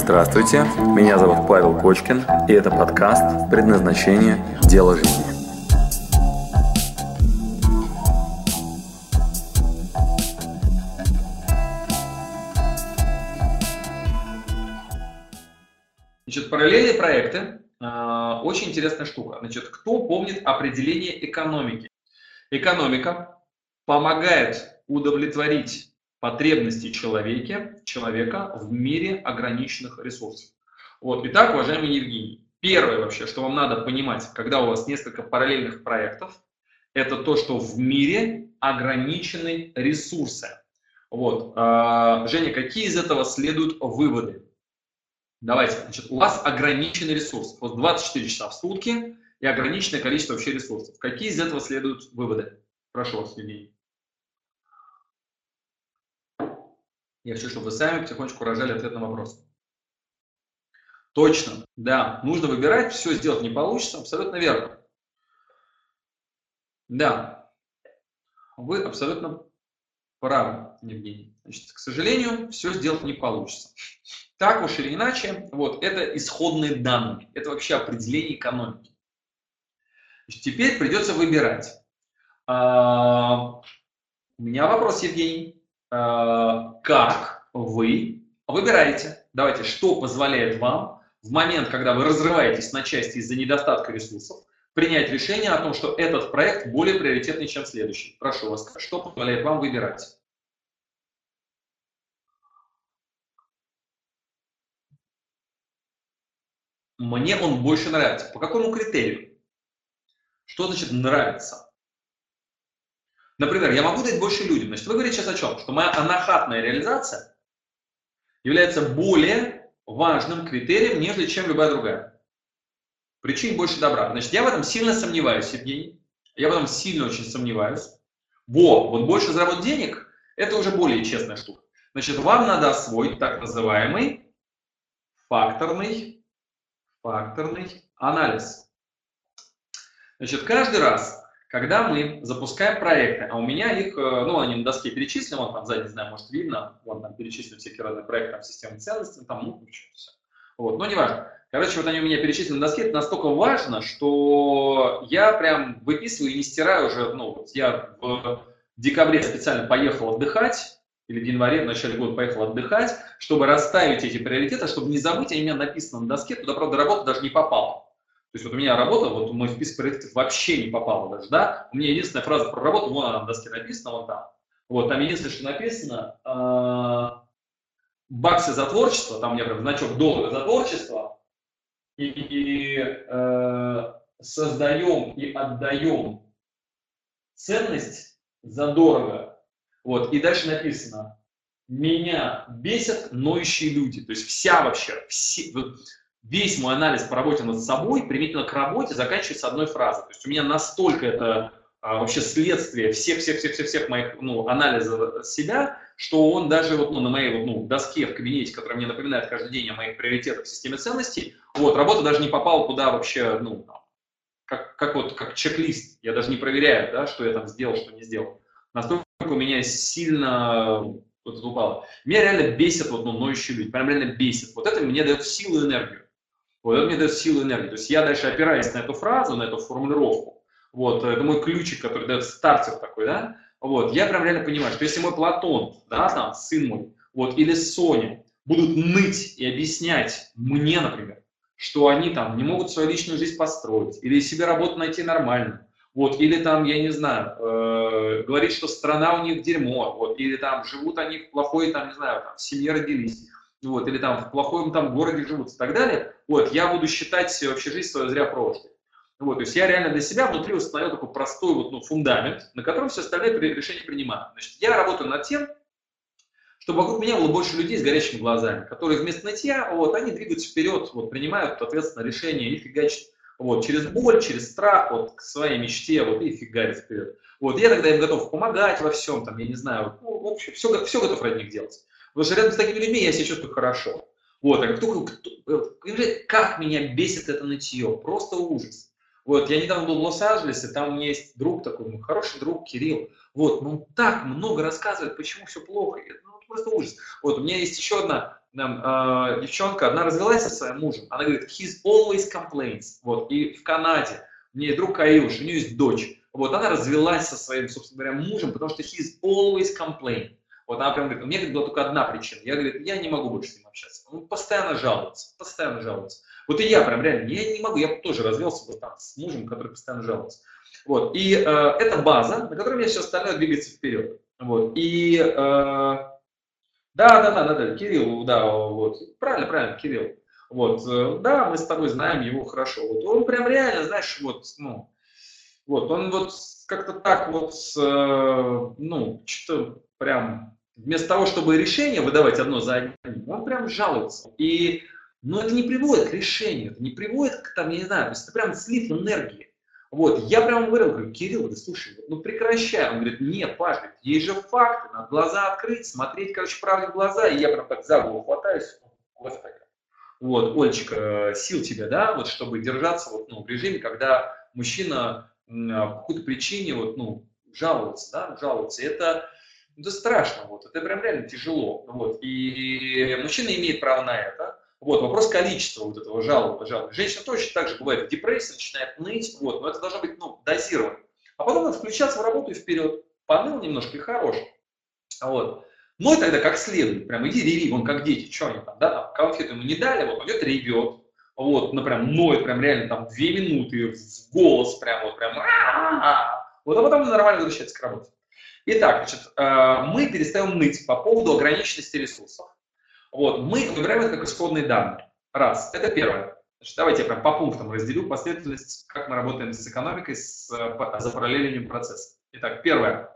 Здравствуйте, меня зовут Павел Кочкин, и это подкаст «Предназначение. Дело жизни». Значит, параллельные проекты очень интересная штука. Значит, кто помнит определение экономики? Экономика помогает удовлетворить потребности человека в мире ограниченных ресурсов. Вот. Итак, уважаемый Евгений, первое вообще, что вам надо понимать, когда у вас несколько параллельных проектов, это то, что в мире ограничены ресурсы. Вот. Женя, какие из этого следуют выводы? Давайте, значит, у вас ограниченный ресурс. Вот 24 часа в сутки и ограниченное количество вообще ресурсов. Какие из этого следуют выводы? Прошу вас, Евгений. Я хочу, чтобы вы сами потихонечку рожали ответ на вопрос. Точно, да, нужно выбирать, все сделать не получится, абсолютно верно. Да, вы абсолютно правы, Евгений. Значит, к сожалению, все сделать не получится. Так уж или иначе, вот, это исходные данные, это вообще определение экономики. Значит, теперь придется выбирать. У меня вопрос, Евгений. Как вы выбираете? Давайте, что позволяет вам в момент, когда вы разрываетесь на части из-за недостатка ресурсов, принять решение о том, что этот проект более приоритетный, чем следующий? Прошу вас, что позволяет вам выбирать? Мне он больше нравится. По какому критерию? Что значит нравится? Например, я могу дать больше людям. Значит, вы говорите сейчас о чем? Что моя анахатная реализация является более важным критерием, нежели чем любая другая. Причин больше добра. Значит, я в этом сильно сомневаюсь, Евгений. Я в этом сильно очень сомневаюсь. Вот больше заработать денег, это уже более честная штука. Значит, вам надо освоить так называемый факторный анализ. Значит, каждый раз, когда мы запускаем проекты, а у меня их, они на доске перечислены, вон там сзади, не знаю, может видно, вон там перечислены всякие разные проекты, там системы ценностей, там, все. Вот, но не важно. Короче, вот они у меня перечислены на доске, это настолько важно, что я прям выписываю и не стираю уже, я в декабре специально поехал отдыхать, или в январе, в начале года поехал отдыхать, чтобы расставить эти приоритеты, чтобы не забыть, они у меня написаны на доске, туда, правда, работа даже не попала. То есть вот у меня работа, вот мой список приоритетов вообще не попала даже, да. У меня единственная фраза про работу, вон она на доске написана, вон там. Вот, там единственное, что написано, баксы за творчество, там у меня прям значок доллара за творчество, и создаем и отдаем ценность задорого. Вот, и дальше написано, меня бесят ноющие люди. То есть весь мой анализ по работе над собой, применительно к работе, заканчивается одной фразой. То есть у меня настолько это вообще следствие всех моих анализов себя, что он даже на моей доске в кабинете, которая мне напоминает каждый день о моих приоритетах в системе ценностей, работа даже не попала туда вообще, как чек-лист. Я даже не проверяю, да, что я там сделал, что не сделал. Настолько у меня сильно это упало. Меня реально бесит ноющие люди, прям реально бесит. Вот это мне дает силу и энергию. Вот это мне дает силу и энергию. То есть я дальше опираюсь на эту фразу, на эту формулировку. Вот, это мой ключик, который дает стартер такой, да. Вот, я прям реально понимаю, что если мой Платон, да, там, сын мой, или Соня будут ныть и объяснять мне, например, что они там не могут свою личную жизнь построить, или себе работу найти нормально, или там, я не знаю, говорить, что страна у них дерьмо, или там живут они в плохой, там, не знаю, там, в семье родились, или там в плохом там городе живут и так далее, я буду считать вообще жизнь свою зря прожитой. То есть я реально для себя внутри установил такой простой фундамент, на котором все остальные решения принимаю. Значит, я работаю над тем, чтобы вокруг меня было больше людей с горящими глазами, которые вместо нытья, они двигаются вперед, принимают ответственное решение и фигачат через боль, через страх, к своей мечте, и фигарят вперед. Я тогда им готов помогать во всем, там, я не знаю, в общем, все готов ради них делать. Потому что рядом с такими людьми я себя чувствую хорошо. Как меня бесит это нытье, просто ужас. Я недавно был в Лос-Анджелесе, там у меня есть друг такой, хороший друг Кирилл. Он так много рассказывает, почему все плохо. Просто ужас. У меня есть еще одна девчонка одна развелась со своим мужем, она говорит, he's always complains. Вот, и в Канаде, у меня друг Каюш, у нее есть дочь, вот, она развелась со своим, собственно говоря, мужем, потому что he's always complain. Вот, она прям говорит, у меня была только одна причина, я, говорит, я не могу больше с ним общаться, он постоянно жалуется, постоянно жалуется. Вот и я прям реально, я не могу, я тоже развелся вот там с мужем, который постоянно жалуется. Вот, и это база, на которой у меня все остальное двигается вперед. Вот, и да, Кирилл, да, вот, правильно, Кирилл. Вот, да, мы с тобой знаем его хорошо. Вот он прям реально, знаешь, вот, ну, вот, он вот как-то так вот, ну, что-то прям, вместо того, чтобы решение выдавать одно за одним, он прям жалуется. И, ну, это не приводит к решению, это не приводит к, там, я не знаю, то есть это прям слив энергии. Вот, я прямо говорю, Кирилл, да слушай, ну прекращай. Он говорит, нет, Паш, есть же факты, надо глаза открыть, смотреть, короче, правде в глаза. И я прям так за голову хватаюсь, господи. Вот, Олечка, сил тебе, да, вот, чтобы держаться вот, ну, в режиме, когда мужчина по какой-то причине вот, ну, жалуется, да, жалуется. Это страшно, вот, это прям реально тяжело. Вот, и мужчина имеет право на это. Вот, вопрос количества вот этого жалобы. Женщина точно так же бывает в депрессии, начинает ныть, вот, но это должно быть, ну, дозировано. А потом надо включаться в работу и вперед. Поныл немножко и хорош. Вот. Ну и тогда как следует, прям иди реви, вон как дети, что они там, да, там, конфету ему не дали, вот, он идет ревет, вот, ну прям ноет, прям реально там 2 минуты, в голос прям, вот прям, вот, а потом нормально возвращается к работе. Итак, значит, мы перестаем ныть по поводу ограниченности ресурсов. Вот, мы выбираем это как исходные данные. Раз, это первое. Значит, давайте я прям по пунктам разделю последовательность, как мы работаем с экономикой, за параллелением процесса. Итак, первое.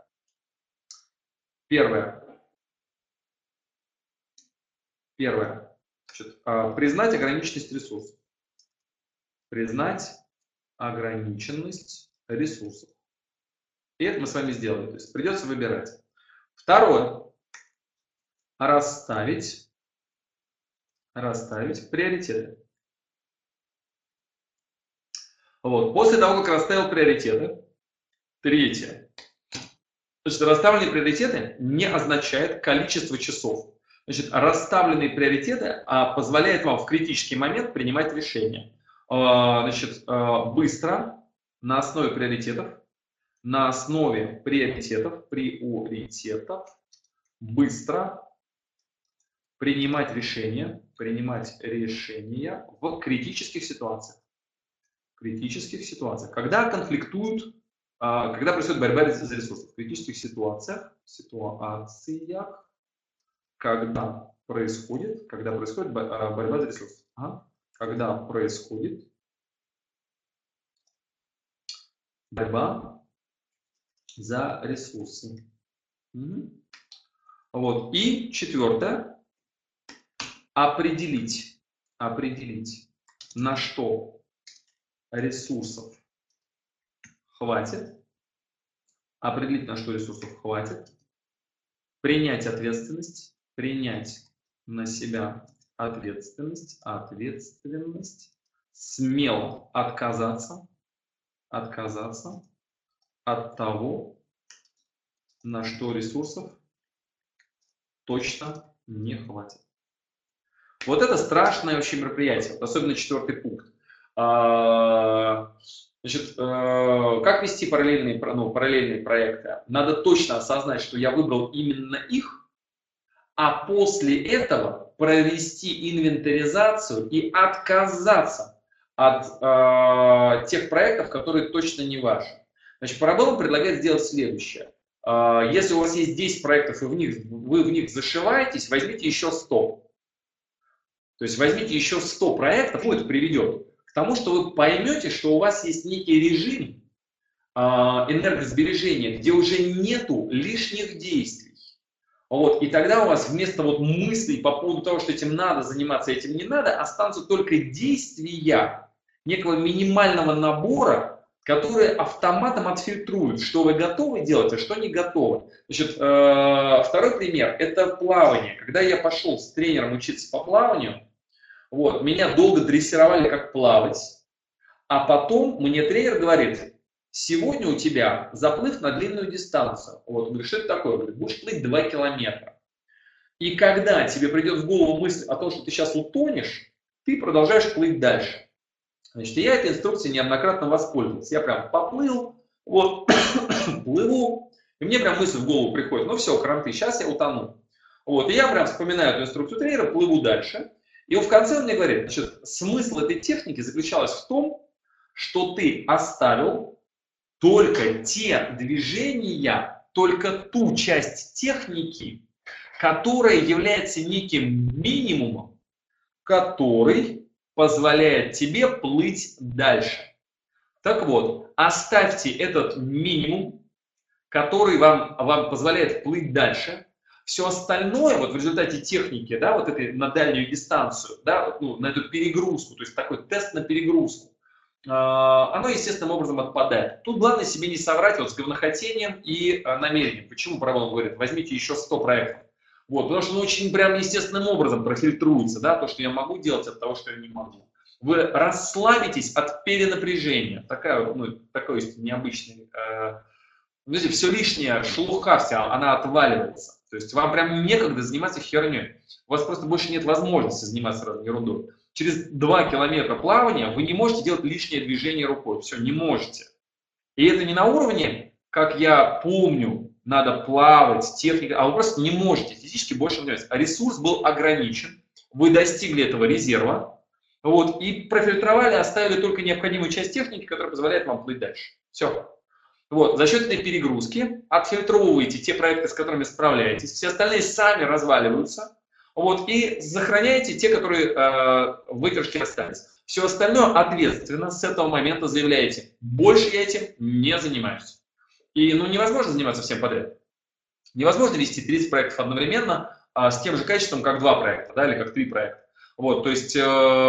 Значит, признать ограниченность ресурсов. Признать ограниченность ресурсов. И это мы с вами сделаем. То есть придется выбирать. Второе. Расставить приоритеты. Вот. После того, как расставил приоритеты, третье. Значит, расставленные приоритеты не означает количество часов. Значит, расставленные приоритеты позволяют вам в критический момент принимать решения. Значит, быстро, на основе приоритетов, быстро принимать решения в критических ситуациях. Когда конфликтуют, когда происходит борьба за ресурсы. В критических ситуациях, когда происходит борьба за ресурсы. Когда происходит борьба за ресурсы. Вот. И четвертое. Определить, на что ресурсов хватит. Принять ответственность. Принять на себя ответственность. Смело отказаться от того, на что ресурсов точно не хватит. Вот это страшное вообще мероприятие, особенно 4-й пункт. Значит, как вести параллельные проекты? Надо точно осознать, что я выбрал именно их, а после этого провести инвентаризацию и отказаться от тех проектов, которые точно не ваши. Значит, Парабеллум предлагает сделать следующее. Если у вас есть 10 проектов, и вы в них зашиваетесь, возьмите еще 100. То есть возьмите еще 100 проектов, это приведет к тому, что вы поймете, что у вас есть некий режим энергосбережения, где уже нету лишних действий. Вот, и тогда у вас вместо вот мыслей по поводу того, что этим надо заниматься, этим не надо, останутся только действия некого минимального набора, которые автоматом отфильтруют, что вы готовы делать, а что не готовы. Значит, второй пример – это плавание. Когда я пошел с тренером учиться по плаванию, вот, меня долго дрессировали, как плавать, а потом мне тренер говорит: сегодня у тебя заплыв на длинную дистанцию. Вот, говорит, что это такое? Говорит, будешь плыть 2 километра. И когда тебе придет в голову мысль о том, что ты сейчас утонешь, ты продолжаешь плыть дальше. Значит, я этой инструкцией неоднократно воспользовался. Я прям поплыл, вот, плыву, и мне прям мысль в голову приходит, ну все, кранты, сейчас я утону. Вот, и я прям вспоминаю эту инструкцию тренера, плыву дальше. И в конце он мне говорит, значит, смысл этой техники заключалась в том, что ты оставил только те движения, только ту часть техники, которая является неким минимумом, который позволяет тебе плыть дальше. Так вот, оставьте этот минимум, который вам позволяет плыть дальше. Все остальное, вот в результате техники, да, вот этой на дальнюю дистанцию, да, ну, на эту перегрузку, то есть такой тест на перегрузку, оно естественным образом отпадает. Тут главное себе не соврать вот с говнохотением и намерением. Почему Парабон говорит, возьмите еще 100 проектов. Вот, потому что очень прям естественным образом профильтруется, да, то, что я могу делать от того, что я не могу. Вы расслабитесь от перенапряжения. Такой необычный, знаете, все лишнее, шелуха вся, она отваливается. То есть вам прям некогда заниматься херней. У вас просто больше нет возможности заниматься разной ерундой. Через 2 километра плавания вы не можете делать лишнее движение рукой. Все, не можете. И это не на уровне, как я помню, надо плавать, техника, а вы просто не можете физически больше не делать. А ресурс был ограничен, вы достигли этого резерва, вот, и профильтровали, оставили только необходимую часть техники, которая позволяет вам плыть дальше. Все. Вот, за счет этой перегрузки отфильтровываете те проекты, с которыми справляетесь, все остальные сами разваливаются, вот, и сохраняете те, которые выдержки остались. Все остальное ответственно с этого момента заявляете, больше я этим не занимаюсь. И невозможно заниматься всем подряд. Невозможно вести 30 проектов одновременно с тем же качеством, как 2 проекта, да, или как 3 проекта. Вот, то есть,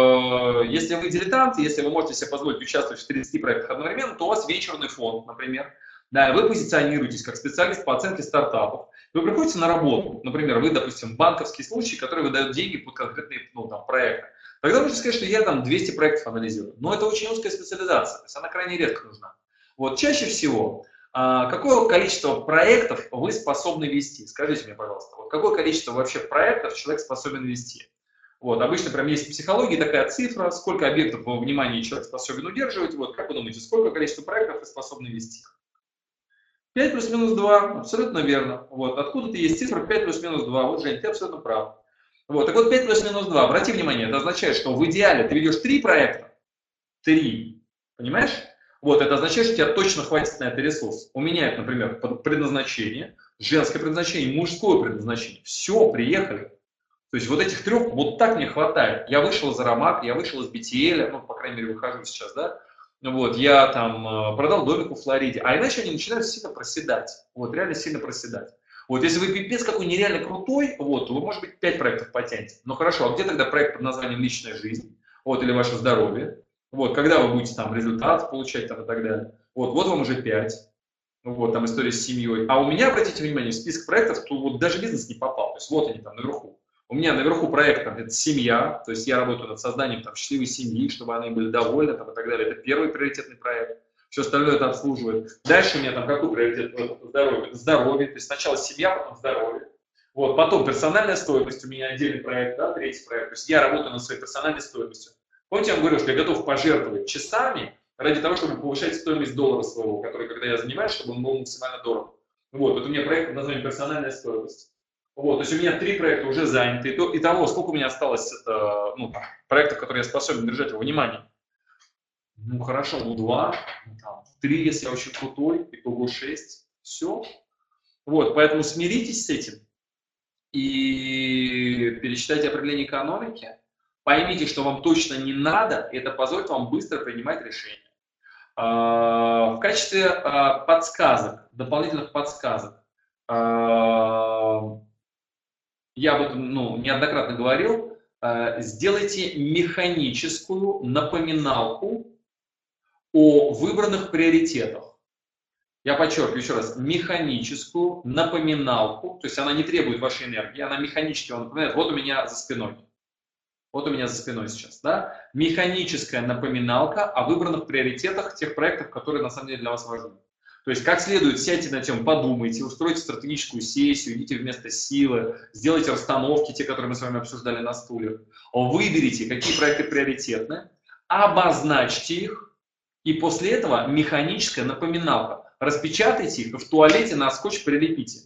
если вы дилетант, если вы можете себе позволить участвовать в 30 проектах одновременно, то у вас вечерный фонд, например. Да, вы позиционируетесь как специалист по оценке стартапов. Вы приходите на работу, например, вы, допустим, банковский случай, который выдает деньги под конкретные проекты. Тогда можно сказать, что я там 200 проектов анализирую. Но это очень узкая специализация, то есть она крайне редко нужна. Вот чаще всего, какое количество проектов вы способны вести? Скажите мне, пожалуйста, вот какое количество вообще проектов человек способен вести? Вот, обычно прям есть в психологии такая цифра, сколько объектов во внимании человек способен удерживать. Вот, как вы думаете, сколько количество проектов вы способны вести? 5 плюс минус 2, абсолютно верно. Вот, откуда-то есть цифра 5 плюс минус 2. Вот, Жень, ты абсолютно прав. Вот, так вот, 5 плюс минус 2, обрати внимание, это означает, что в идеале ты ведешь 3 проекта, 3, понимаешь? Вот, это означает, что у тебя точно хватит на это ресурс. У меня это, например, предназначение, женское предназначение, мужское предназначение. Все, приехали. То есть вот этих 3 вот так мне хватает. Я вышел из Аромат, я вышел из BTL, ну, по крайней мере, выхожу сейчас, да. Вот, я там продал домик в Флориде, а иначе они начинают сильно проседать. Вот, реально сильно проседать. Вот, если вы пипец какой нереально крутой, вот, то вы, может быть, 5 проектов потянете. Ну, хорошо, а где тогда проект под названием «Личная жизнь», вот, или «Ваше здоровье»? Вот, когда вы будете там результат получать там и так далее. Вот вам уже 5. Вот, там история с семьей. А у меня, обратите внимание, в список проектов, то вот даже бизнес не попал. То есть вот они там наверху. У меня наверху проект там, это семья, то есть я работаю над созданием там счастливой семьи, чтобы они были довольны там, и так далее. Это первый приоритетный проект. Все остальное это обслуживает. Дальше у меня там какой приоритет? Здоровье. Здоровье. То есть сначала семья, потом здоровье. Вот, потом персональная стоимость. У меня отдельный проект, да, 3-й проект. То есть я работаю над своей персональной стоимостью. Помните, я вам говорил, что я готов пожертвовать часами ради того, чтобы повышать стоимость доллара своего, который, когда я занимаюсь, чтобы он был максимально дорог. Вот у меня проект под названием «Персональная стоимость». Вот, то есть у меня 3 проекта уже заняты. Итого, сколько у меня осталось проектов, которые я способен держать во внимании? Ну, хорошо, 2, 3, если я очень крутой, итого 6. Все. Вот, поэтому смиритесь с этим и перечитайте определение экономики. Поймите, что вам точно не надо, и это позволит вам быстро принимать решения. В качестве подсказок, дополнительных подсказок, я об этом неоднократно говорил, сделайте механическую напоминалку о выбранных приоритетах. Я подчеркиваю еще раз, механическую напоминалку, то есть она не требует вашей энергии, она механически вам напоминает, вот у меня за спиной. Вот у меня за спиной сейчас, да, механическая напоминалка о выбранных приоритетах тех проектов, которые на самом деле для вас важны. То есть как следует сядьте на тем, подумайте, устройте стратегическую сессию, идите вместо силы, сделайте расстановки, те, которые мы с вами обсуждали на стульях. Выберите, какие проекты приоритетны, обозначьте их, и после этого механическая напоминалка. Распечатайте их и в туалете на скотч прилепите.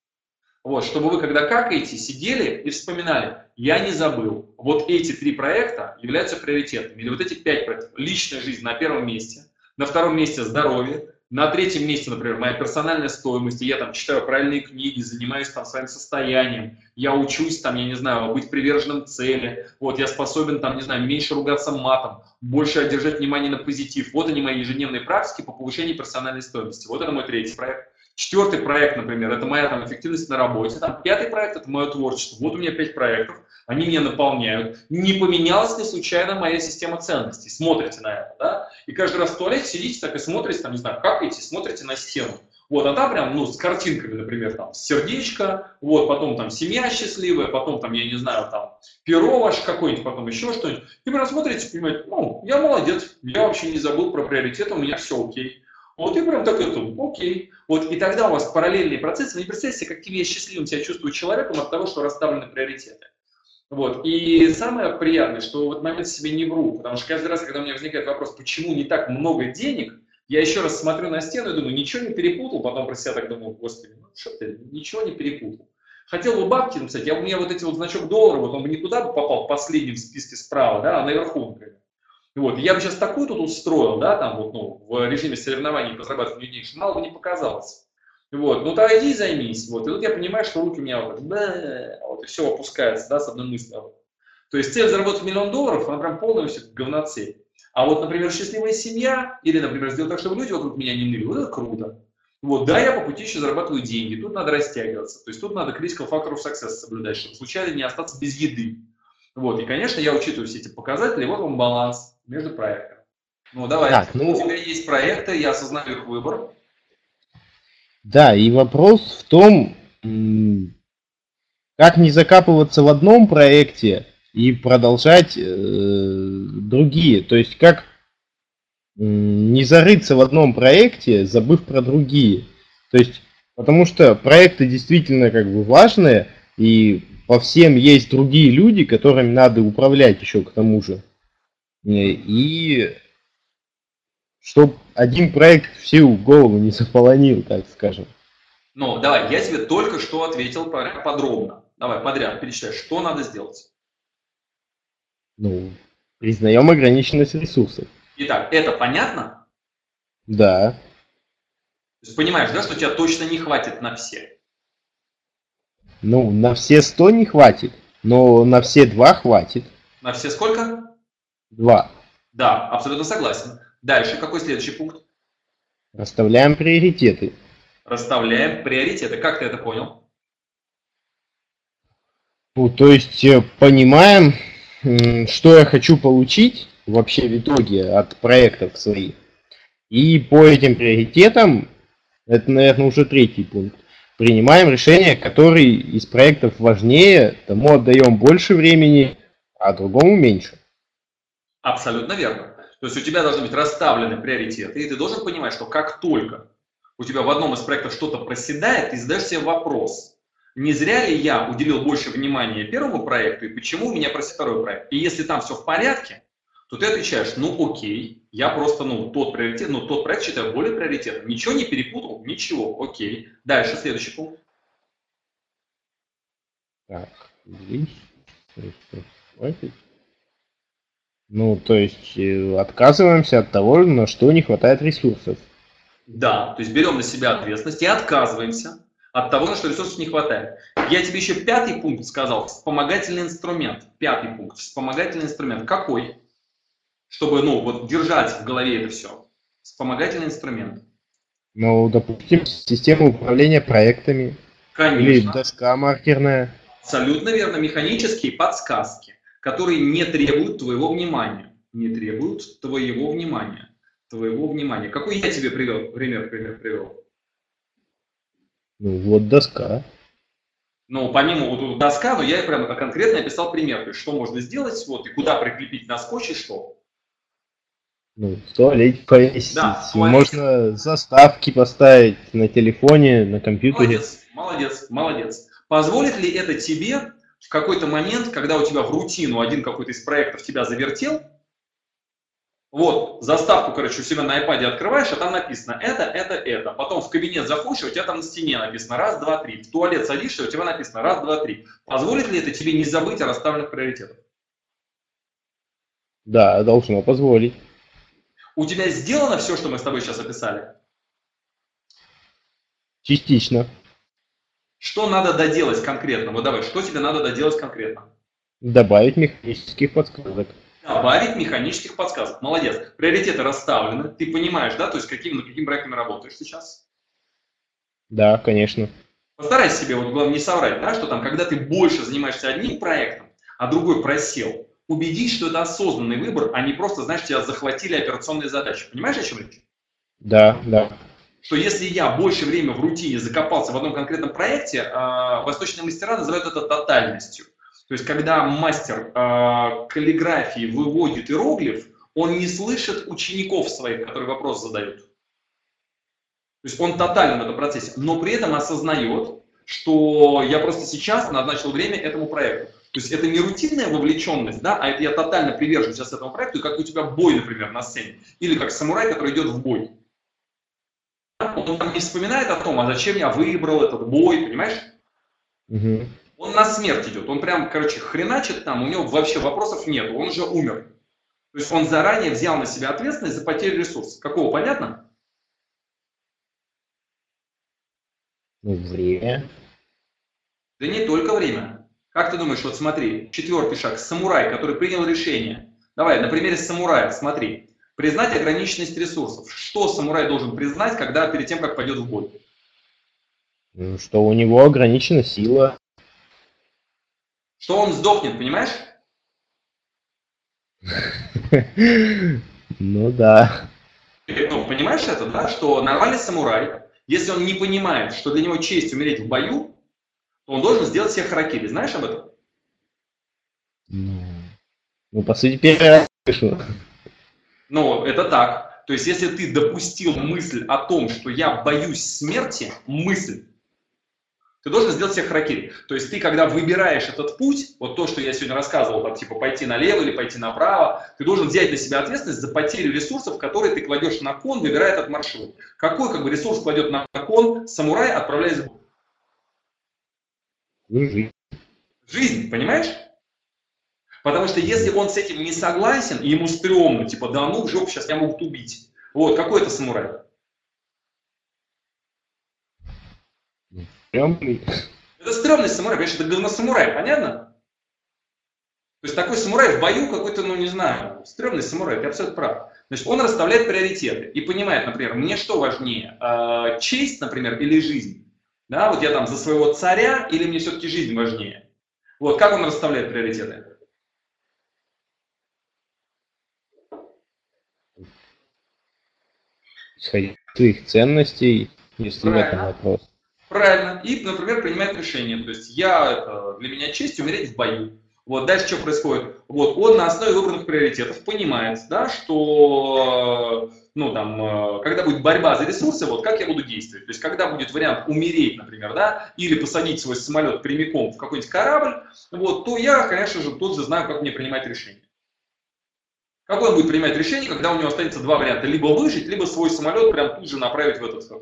Вот, чтобы вы, когда какаете, сидели и вспоминали, я не забыл, вот эти 3 проекта являются приоритетными, или вот эти 5 проектов. Личная жизнь на первом месте, на втором месте здоровье, на третьем месте, например, моя персональная стоимость, и я там читаю правильные книги, занимаюсь там своим состоянием, я учусь там, я не знаю, быть приверженным цели, вот, я способен там, не знаю, меньше ругаться матом, больше одержать внимание на позитив. Вот они мои ежедневные практики по повышению персональной стоимости. Вот это мой 3-й проект. 4-й проект, например, это моя там эффективность на работе. Там 5-й проект – это мое творчество. Вот у меня 5 проектов, они меня наполняют. Не поменялась ли случайно моя система ценностей? Смотрите на это, да? И каждый раз в туалете сидите так и смотрите, там, не знаю, какаете, смотрите на стену. Вот, а там прям, ну, с картинками, например, там, сердечко, вот, потом там семья счастливая, потом там, я не знаю, там, перо ваше какое-нибудь, потом еще что-нибудь. И прям смотрите, понимаете, ну, я молодец, я вообще не забыл про приоритеты, у меня все окей. Вот и прям так это, окей. Вот и тогда у вас параллельные процессы. Вы не представляете себе, каким я счастливым себя чувствую человеком от того, что расставлены приоритеты. Вот. И самое приятное, что в этот момент себе не вру, потому что каждый раз, когда у меня возникает вопрос, почему не так много денег, я еще раз смотрю на стену и думаю, ничего не перепутал, потом про себя так думаю, господи, ну что ты, ничего не перепутал. Хотел бы бабки написать, у меня вот эти вот значок доллара, вот он бы не туда бы попал, в последнем в списке справа, да, а наверху, например. Вот, я бы сейчас такую тут устроил, да, там вот, ну, в режиме соревнований по зарабатыванию денег, что мало бы не показалось. Вот, ну тогда иди займись. Вот, и тут я понимаю, что руки у меня вот, вот и все опускается, да, с одной мыслью. То есть цель заработать $1 000 000, она прям полностью говноцель. А вот, например, счастливая семья, или, например, сделать так, чтобы люди вокруг меня не ныли, вот это круто. Вот, да, я по пути еще зарабатываю деньги, тут надо растягиваться. То есть тут надо critical factor of success соблюдать, чтобы случайно не остаться без еды. Вот, и, конечно, я учитываю все эти показатели, вот он баланс между проектами. Ну, давай, Так, ну, у тебя есть проекты, я осознаю их выбор. да, и вопрос в том, как не закапываться в одном проекте и продолжать другие. То есть как не зарыться в одном проекте, забыв про другие. То есть, потому что проекты действительно как бы важные, и по всем есть другие люди, которыми надо управлять еще к тому же. И чтобы один проект всю голову не заполонил, так скажем. Ну, давай, я тебе только что ответил подробно. Давай, подряд, перечисляй, что надо сделать. Ну, признаем ограниченность ресурсов. Итак, это понятно? Да. То есть понимаешь, да, что у тебя точно не хватит на все? Ну, на все 100 не хватит, но на все 2 хватит. На все сколько? 2. Да, абсолютно согласен. Дальше, какой следующий пункт? Расставляем приоритеты. Расставляем приоритеты. Как ты это понял? Ну, то есть понимаем, что я хочу получить вообще в итоге от проектов своих. И по этим приоритетам, это, наверное, уже 3-й пункт, принимаем решение, который из проектов важнее, тому отдаем больше времени, а другому меньше. Абсолютно верно. То есть у тебя должны быть расставлены приоритеты, и ты должен понимать, что как только у тебя в одном из проектов что-то проседает, ты задаешь себе вопрос, не зря ли я уделил больше внимания первому проекту, и почему у меня просит второй проект. И если там все в порядке, то ты отвечаешь, ну окей, я просто, тот проект считаю более приоритетным. Ничего не перепутал? Ничего, окей. Дальше, следующий пункт. Так, ну, то есть отказываемся от того, на что не хватает ресурсов. Да, то есть берем на себя ответственность и отказываемся от того, на что ресурсов не хватает. Я тебе еще 5-й пункт сказал, вспомогательный инструмент. 5-й пункт, вспомогательный инструмент. Какой? Чтобы, держать в голове это все. Вспомогательный инструмент. Ну, допустим, система управления проектами. Конечно. Или доска маркерная. Абсолютно верно. Механические подсказки, которые не требуют твоего внимания. Не требуют твоего внимания. Какой я тебе пример привел? Ну, вот доска. Помимо доска, я прям конкретно описал пример. То есть, что можно сделать, и куда прикрепить на скотч и что. Ну, в туалете повесить. Да, в туалете. Можно заставки поставить на телефоне, на компьютере. Молодец, молодец, молодец. Позволит ли это тебе в какой-то момент, когда у тебя в рутину один какой-то из проектов тебя завертел, вот, заставку, короче, у себя на iPad открываешь, а там написано это. Потом в кабинет заходишь, у тебя там на стене написано раз, два, три. В туалет садишься, у тебя написано раз, два, три. Позволит ли это тебе не забыть о расставленных приоритетах? Да, должно позволить. У тебя сделано все, что мы с тобой сейчас описали? Частично. Что надо доделать конкретно? Вот давай, что тебе надо доделать конкретно? Добавить механических подсказок. Добавить механических подсказок. Молодец. Приоритеты расставлены. Ты понимаешь, да, то есть над какими проектами работаешь сейчас? Да, конечно. Постарайся себе, вот главное не соврать, да, что там, когда ты больше занимаешься одним проектом, а другой просел, убедись, что это осознанный выбор, а не просто, знаешь, тебя захватили операционные задачи. Понимаешь, о чем речь? Да, да. Что если я больше времени в рутине закопался в одном конкретном проекте, восточные мастера называют это тотальностью. То есть, когда мастер каллиграфии выводит иероглиф, он не слышит учеников своих, которые вопрос задают. То есть он тотально в этом процессе, но при этом осознает, что я просто сейчас назначил время этому проекту. То есть это не рутинная вовлеченность, да, а это я тотально привержен сейчас этому проекту, как у тебя бой, например, на сцене. Или как самурай, который идет в бой. Он там не вспоминает о том, а зачем я выбрал этот бой, понимаешь? Угу. Он на смерть идет, он прям, короче, хреначит там, у него вообще вопросов нет, он уже умер. То есть он заранее взял на себя ответственность за потерю ресурсов. Какого, понятно? Время. Да не только время. Как ты думаешь, вот смотри, 4-й шаг, самурай, который принял решение. Давай, на примере самурая, смотри. Признать ограниченность ресурсов. Что самурай должен признать, когда перед тем, как пойдет в бой? Что у него ограничена сила. Что он сдохнет, понимаешь? Ну да. Ну, понимаешь это, да? Что нормальный самурай, если он не понимает, что для него честь умереть в бою, то он должен сделать себе харакири. Знаешь об этом? Ну, по сути, первый раз слышу. Ну, это так. То есть, если ты допустил мысль о том, что я боюсь смерти, мысль, ты должен сделать себе харакири. То есть ты, когда выбираешь этот путь, вот то, что я сегодня рассказывал, там, типа пойти налево или пойти направо, ты должен взять на себя ответственность за потерю ресурсов, которые ты кладешь на кон, выбирая этот маршрут. Какой ресурс кладет на кон самурай, отправляясь в бой? Жизнь. Жизнь, понимаешь? Потому что если он с этим не согласен, и ему стрёмно, типа, да ну в жопу, сейчас меня могут убить. Вот, какой это самурай? Это стрёмный самурай, конечно, это говносамурай, понятно? То есть такой самурай в бою какой-то, ну не знаю, стрёмный самурай, ты абсолютно прав. Значит, он расставляет приоритеты и понимает, например, мне что важнее, честь, например, или жизнь? Да, вот я там за своего царя или мне все-таки жизнь важнее? Вот, как он расставляет приоритеты? Исходить из своих ценностей, если в этом Правильно. вопрос. Правильно. И, например, принимает решение. То есть для меня честь умереть в бою. Вот дальше что происходит? Вот он на основе выбранных приоритетов понимает, да, что когда будет борьба за ресурсы, вот как я буду действовать. То есть когда будет вариант умереть, например, да, или посадить свой самолет прямиком в какой-нибудь корабль, вот, то я, конечно же, тут же знаю, как мне принимать решение. Как он будет принимать решение, когда у него останется два варианта? Либо выжить, либо свой самолет прям тут же направить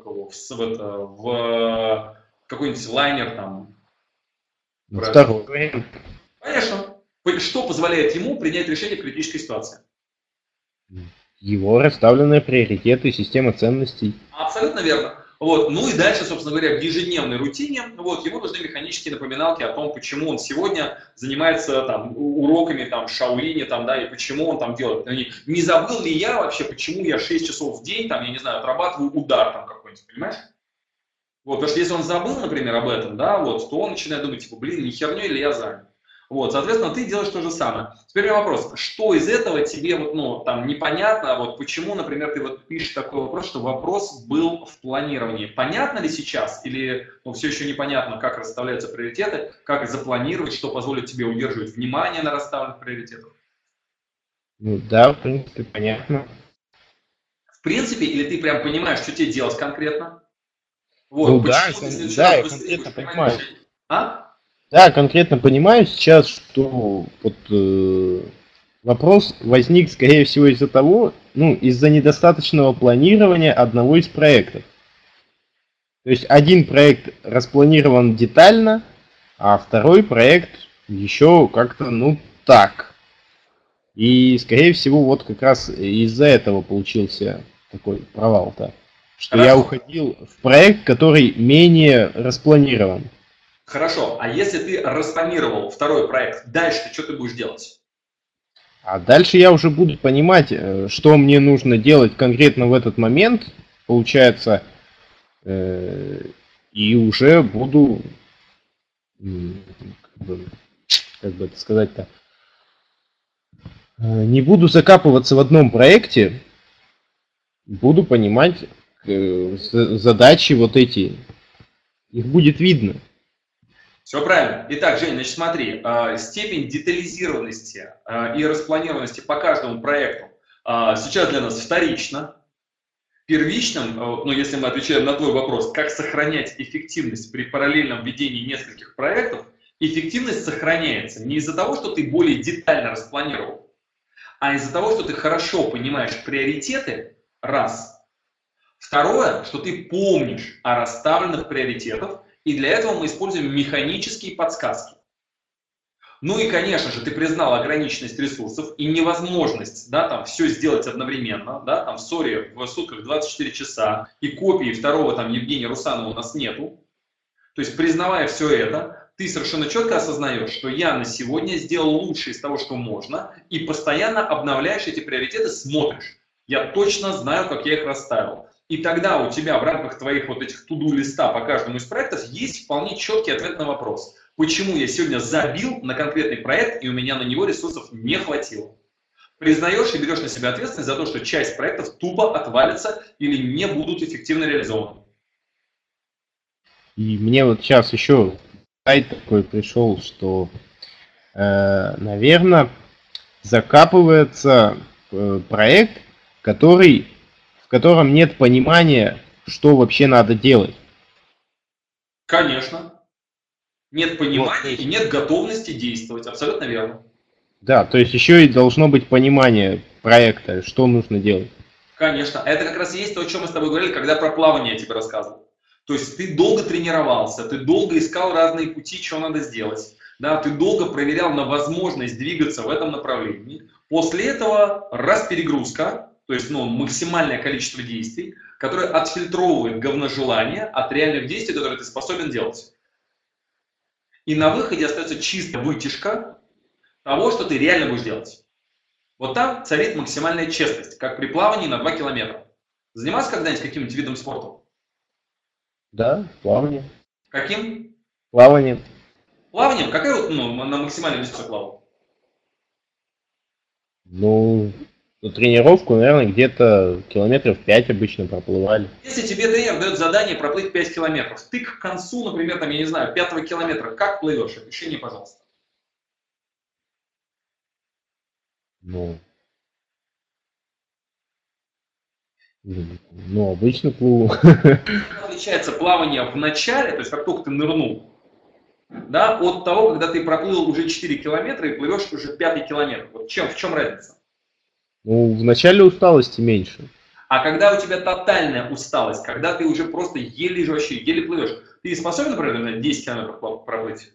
в какой-нибудь лайнер там. Второй вариант. Конечно. Что позволяет ему принять решение в критической ситуации? Его расставленные приоритеты, система ценностей. Абсолютно верно. Вот. Ну и дальше, собственно говоря, в ежедневной рутине ему нужны механические напоминалки о том, почему он сегодня занимается там, уроками там, Шаолиня, там, да, и почему он там делает. Не забыл ли я вообще, почему я 6 часов в день, там, я не знаю, отрабатываю удар там какой-нибудь, понимаешь? Вот, потому что если он забыл, например, об этом, да, вот, то он начинает думать, типа, блин, не херней ли я занят? Вот, соответственно, ты делаешь то же самое. Теперь у меня вопрос, что из этого тебе там непонятно, вот почему, например, ты вот пишешь такой вопрос, что вопрос был в планировании. Понятно ли сейчас или все еще непонятно, как расставляются приоритеты, как запланировать, что позволит тебе удерживать внимание на расставленных приоритетах? Ну да, в принципе, понятно. принципе, или ты прям понимаешь, что тебе делать конкретно? Вот, Ну да, почему ты в следующий да, раз я быстрее конкретно будешь принимать понимаю. решение? А? Да, конкретно понимаю сейчас, что вот вопрос возник, скорее всего, из-за того, ну, из-за недостаточного планирования одного из проектов. То есть один проект распланирован детально, а второй проект еще как-то, ну, так. И, скорее всего, вот как раз из-за этого получился такой провал-то. Что я Хорошо. уходил в проект, который менее распланирован. Хорошо. А если ты распланировал второй проект, дальше что ты будешь делать? А дальше я уже буду понимать, что мне нужно делать конкретно в этот момент, получается, э, и уже буду, как бы, как бы это сказать-то, не буду закапываться в одном проекте, буду понимать задачи вот эти, их будет видно. Все правильно. Итак, Жень, значит, смотри, степень детализированности и распланированности по каждому проекту сейчас для нас вторично. Первичным, ну, если мы отвечаем на твой вопрос, как сохранять эффективность при параллельном ведении нескольких проектов, эффективность сохраняется не из-за того, что ты более детально распланировал, а из-за того, что ты хорошо понимаешь приоритеты, раз. Второе, что ты помнишь о расставленных приоритетах, и для этого мы используем механические подсказки. Ну и, конечно же, ты признал ограниченность ресурсов и невозможность, да, там, все сделать одновременно, да, там, сори, в сутках 24 часа, и копии второго, там, Евгения Русанова у нас нету. То есть, признавая все это, ты совершенно четко осознаешь, что я на сегодня сделал лучшее из того, что можно, и постоянно обновляешь эти приоритеты, смотришь. Я точно знаю, как я их расставил. И тогда у тебя в рамках твоих вот этих to-do листа по каждому из проектов есть вполне четкий ответ на вопрос. Почему я сегодня забил на конкретный проект, и у меня на него ресурсов не хватило? Признаешь и берешь на себя ответственность за то, что часть проектов тупо отвалится или не будут эффективно реализованы. И мне вот сейчас еще сайт такой пришел, что, наверное, закапывается проект, в котором нет понимания, что вообще надо делать. Конечно. Нет понимания Вот, и нет готовности действовать. Абсолютно верно. да, то есть еще и должно быть понимание проекта, что нужно делать. Конечно. Это как раз и есть то, о чем мы с тобой говорили, когда про плавание я тебе рассказывал. То есть ты долго тренировался, ты долго искал разные пути, что надо сделать. Да, ты долго проверял на возможность двигаться в этом направлении. После этого раз перегрузка, то есть максимальное количество действий, которое отфильтровывает говножелание от реальных действий, которые ты способен делать. И на выходе остается чистая вытяжка того, что ты реально будешь делать. Вот там царит максимальная честность, как при плавании на 2 километра. Занимался когда-нибудь каким-нибудь видом спорта? Да, плавание. Каким? Плавание. Плаванием? Какая вот на максимальной высоте плавал? Ну, на тренировку, наверное, где-то километров 5 обычно проплывали. Если тебе тренер дает задание проплыть 5 километров, ты к концу, например, там, я не знаю, 5-го километра, как плывешь? Опиши мне, пожалуйста. Ну, обычно плыву. Отличается плавание в начале, то есть как только ты нырнул, да, от того, когда ты проплыл уже 4 километра и плывешь уже 5-й километр. Вот в чем разница? Ну, в начале усталости меньше. А когда у тебя тотальная усталость, когда ты уже просто еле вообще, еле плывешь, ты способен, например, 10 километров проплыть?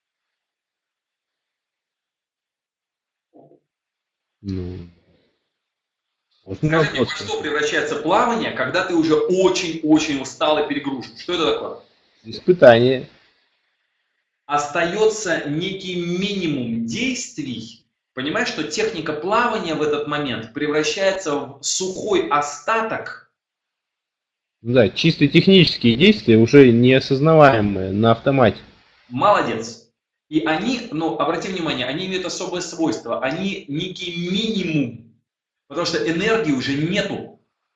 Ну, Скажи мне, во что превращается плавание, когда ты уже очень-очень устал и перегружен? Что это такое? Испытание. Остается некий минимум действий. Понимаешь, что техника плавания в этот момент превращается в сухой остаток. Да, чисто технические действия, уже неосознаваемые, на автомате. Молодец. И они, обрати внимание, они имеют особое свойство. Они некий минимум, потому что энергии уже нету.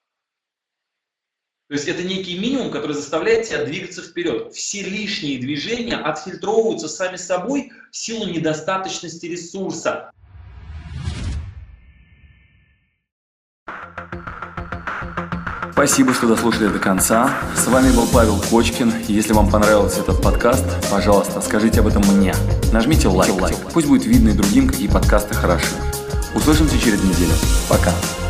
То есть это некий минимум, который заставляет тебя двигаться вперед. Все лишние движения отфильтровываются сами собой в силу недостаточности ресурса. Спасибо, что дослушали до конца. С вами был Павел Кочкин. Если вам понравился этот подкаст, пожалуйста, скажите об этом мне. Нажмите лайк. Пусть будет видно и другим, какие подкасты хороши. Услышимся через неделю. Пока.